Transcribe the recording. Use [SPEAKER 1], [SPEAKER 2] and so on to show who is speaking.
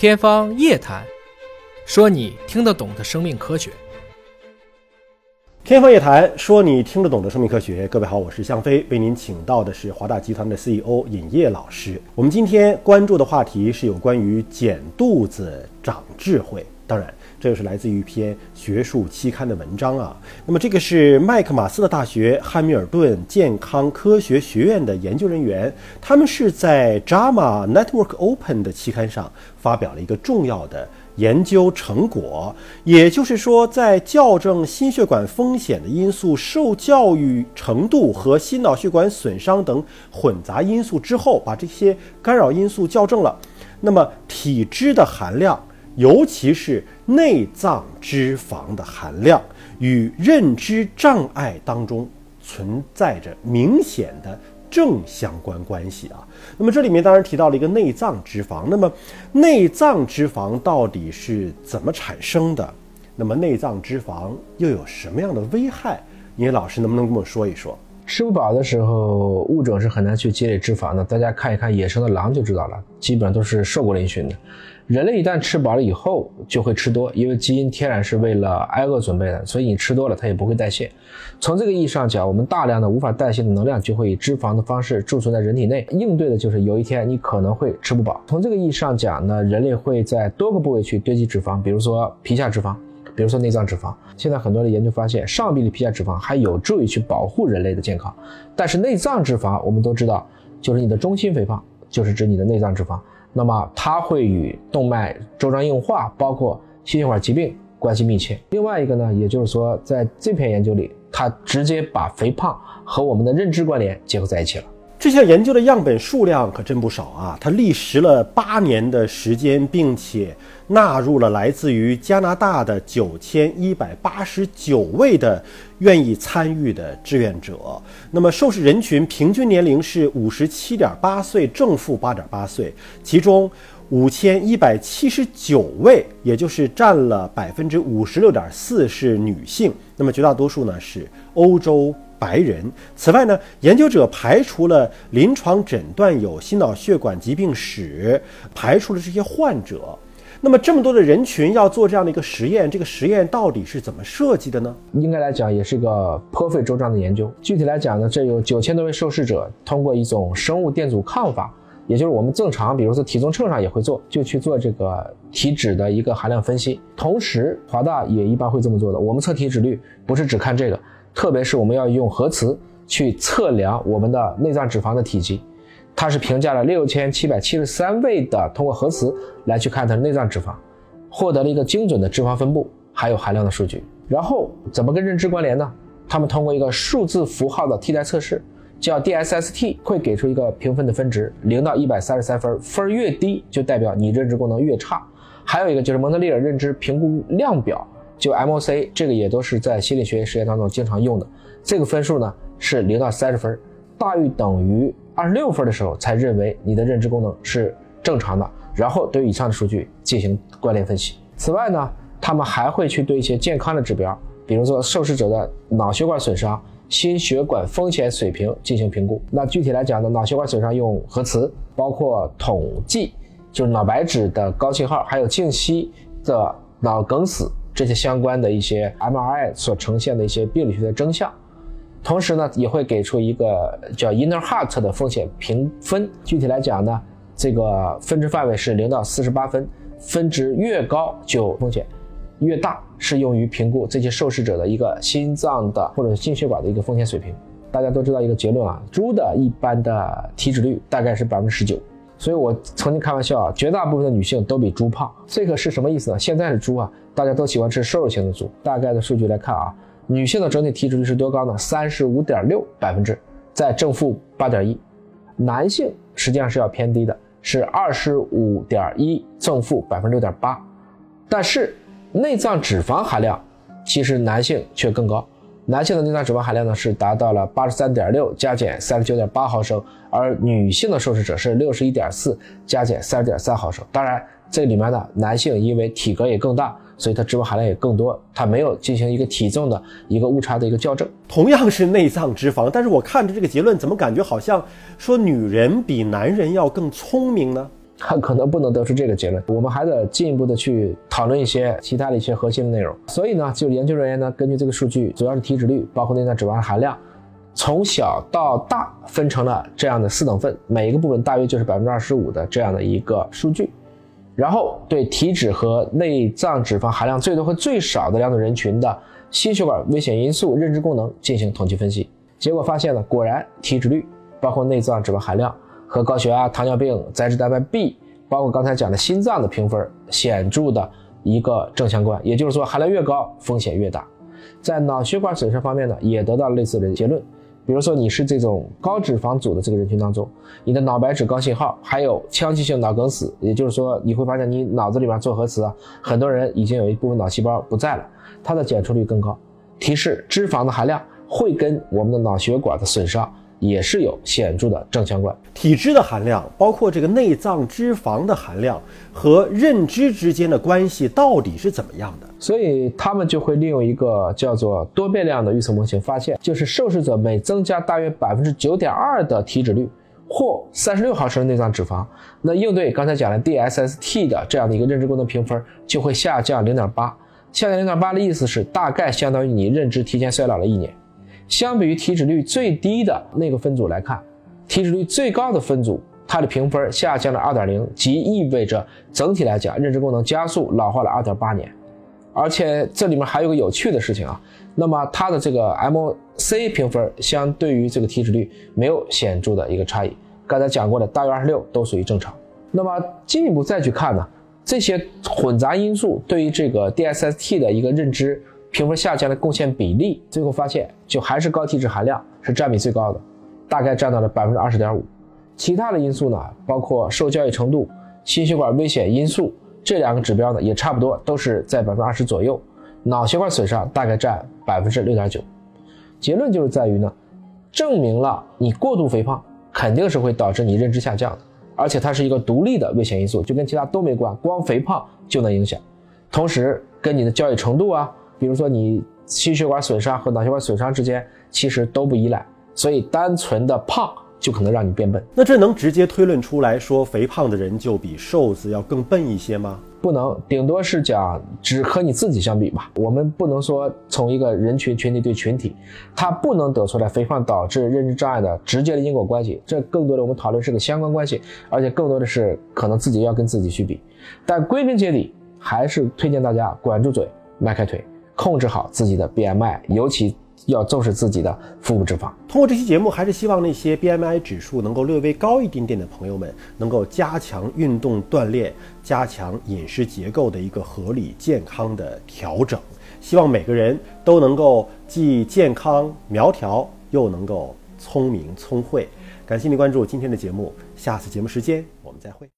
[SPEAKER 1] 天方夜谭，说你听得懂的生命科学。
[SPEAKER 2] 天方夜谭，说你听得懂的生命科学。各位好，我是向飞，为您请到的是华大集团的 CEO 尹烨老师。我们今天关注的话题是有关于减肚子长智慧，当然这就是来自于一篇学术期刊的文章啊。那么这个是麦克马斯特大学汉密尔顿健康科学学院的研究人员，他们是在 JAMA Network Open 的期刊上发表了一个重要的研究成果，也就是说，在校正心血管风险的因素、受教育程度和心脑血管损伤等混杂因素之后，把这些干扰因素校正了，那么体脂的含量，尤其是内脏脂肪的含量，与认知障碍当中存在着明显的正相关关系啊。那么这里面当然提到了一个内脏脂肪，那么内脏脂肪到底是怎么产生的？那么内脏脂肪又有什么样的危害？尹老师能不能跟我说一说？
[SPEAKER 3] 吃不饱的时候，物种是很难去积累脂肪的。大家看一看野生的狼就知道了，基本上都是瘦骨嶙峋的。人类一旦吃饱了以后就会吃多，因为基因天然是为了挨饿准备的，所以你吃多了它也不会代谢。从这个意义上讲，我们大量的无法代谢的能量就会以脂肪的方式贮存在人体内，应对的就是有一天你可能会吃不饱。从这个意义上讲呢，人类会在多个部位去堆积脂肪，比如说皮下脂肪，比如说内脏脂肪。现在很多的研究发现，上臂的皮下脂肪还有助于去保护人类的健康，但是内脏脂肪我们都知道，就是你的中心肥胖，就是指你的内脏脂肪，那么它会与动脉粥状硬化包括心血管疾病关系密切。另外一个呢，也就是说在这篇研究里，它直接把肥胖和我们的认知关联结合在一起了。
[SPEAKER 2] 这项研究的样本数量可真不少啊，它历时了8年的时间，并且纳入了来自于加拿大的9189位的愿意参与的志愿者。那么受试人群平均年龄是57.8岁，正负8.8岁，其中5179位，也就是占了56.4%是女性，那么绝大多数呢是欧洲白人。此外呢，研究者排除了临床诊断有心脑血管疾病史，排除了这些患者。那么这么多的人群要做这样的一个实验，这个实验到底是怎么设计的呢？
[SPEAKER 3] 应该来讲也是一个颇费周章的研究。具体来讲呢，这有9000多位受试者通过一种生物电阻抗法，也就是我们正常比如说体重秤上也会做，就去做这个体脂的一个含量分析。同时华大也一般会这么做的，我们测体脂率不是只看这个，特别是我们要用核磁去测量我们的内脏脂肪的体积，它是评价了6773位的，通过核磁来去看它的内脏脂肪，获得了一个精准的脂肪分布还有含量的数据。然后怎么跟认知关联呢？他们通过一个数字符号的替代测试叫 DSST， 会给出一个评分的分值0到133分，分越低就代表你认知功能越差。还有一个就是蒙特利尔认知评估量表，就 MOC， 这个也都是在心理学实验当中经常用的。这个分数呢是0到30分，大于等于26分的时候才认为你的认知功能是正常的，然后对以上的数据进行关联分析。此外呢，他们还会去对一些健康的指标，比如说受试者的脑血管损伤、心血管风险水平进行评估。那具体来讲呢，脑血管损伤用核磁，包括统计就是脑白质的高信号，还有静息的脑梗死，这些相关的一些 MRI 所呈现的一些病理学的征象。同时呢，也会给出一个叫 Inner Heart 的风险评分。具体来讲呢，这个分值范围是0到48分，分值越高就风险越大，是用于评估这些受试者的一个心脏的或者心血管的一个风险水平。大家都知道一个结论啊，猪的一般的体脂率大概是19%，所以我曾经开玩笑啊，绝大部分的女性都比猪胖。这个是什么意思呢？现在的猪啊，大家都喜欢吃瘦肉型的猪。大概的数据来看啊，女性的整体体脂率是多高呢？ 35.6%， 在正负8.1%。男性实际上是要偏低的，是 25.1%， 正负 6.8%。 但是内脏脂肪含量其实男性却更高，男性的内脏脂肪含量呢是达到了 83.6 加减 39.8 毫升，而女性的受试者是 61.4 加减 30.3 毫升。当然这里面呢，男性因为体格也更大，所以它脂肪含量也更多，它没有进行一个体重的一个误差的一个校正。
[SPEAKER 2] 同样是内脏脂肪，但是我看着这个结论怎么感觉好像说女人比男人要更聪明呢？
[SPEAKER 3] 可能不能得出这个结论，我们还得进一步的去讨论一些其他的一些核心的内容。所以呢，就研究人员呢，根据这个数据，主要是体脂率，包括内脏脂肪含量，从小到大分成了这样的4等份，每一个部分大约就是 25% 的这样的一个数据，然后对体脂和内脏脂肪含量最多和最少的2种人群的心血管危险因素、认知功能进行统计分析，结果发现了，果然体脂率，包括内脏脂肪含量和高血压、糖尿病、载脂蛋白 B， 包括刚才讲的心脏的评分显著的一个正相关，也就是说含量越高风险越大。在脑血管损伤方面呢，也得到了类似的结论，比如说你是这种高脂肪组的这个人群当中，你的脑白质高信号还有腔隙性脑梗死，也就是说你会发现你脑子里面做核磁很多人已经有一部分脑细胞不在了，它的检出率更高，提示脂肪的含量会跟我们的脑血管的损伤也是有显著的正相关。
[SPEAKER 2] 体脂的含量，包括这个内脏脂肪的含量和认知之间的关系到底是怎么样的？
[SPEAKER 3] 所以他们就会利用一个叫做多变量的预测模型，发现就是受试者每增加大约 9.2% 的体脂率或36毫升的内脏脂肪，那应对刚才讲的 DSST 的这样的一个认知功能评分就会下降 0.8， 下降 0.8 的意思是大概相当于你认知提前衰老了1年。相比于体脂率最低的那个分组来看，体脂率最高的分组它的评分下降了 2.0， 即意味着整体来讲认知功能加速老化了 2.8 年。而且这里面还有个有趣的事情啊，那么它的这个 MOC 评分相对于这个体脂率没有显著的一个差异，刚才讲过的大约26都属于正常。那么进一步再去看呢，这些混杂因素对于这个 DSST 的一个认知评分下降的贡献比例，最后发现就还是高体脂含量是占比最高的，大概占到了 20.5%。 其他的因素呢，包括受教育程度、心血管危险因素，这2个指标呢也差不多都是在 20% 左右，脑血管损伤大概占 6.9%。 结论就是在于呢，证明了你过度肥胖肯定是会导致你认知下降的，而且它是一个独立的危险因素，就跟其他都没关，光肥胖就能影响。同时跟你的教育程度啊，比如说你心血管损伤和脑血管损伤之间其实都不依赖，所以单纯的胖就可能让你变笨。
[SPEAKER 2] 那这能直接推论出来说肥胖的人就比瘦子要更笨一些吗？
[SPEAKER 3] 不能，顶多是讲只和你自己相比吧。我们不能说从一个人群群体对群体，它不能得出来肥胖导致认知障碍的直接的因果关系，这更多的我们讨论是个相关关系，而且更多的是可能自己要跟自己去比。但归根结底还是推荐大家管住嘴，迈开腿，控制好自己的 BMI， 尤其要重视自己的腹部脂肪。
[SPEAKER 2] 通过这期节目，还是希望那些 BMI 指数能够略微高一点点的朋友们，能够加强运动锻炼，加强饮食结构的一个合理健康的调整。希望每个人都能够既健康苗条，又能够聪明聪慧。感谢您关注今天的节目，下次节目时间我们再会。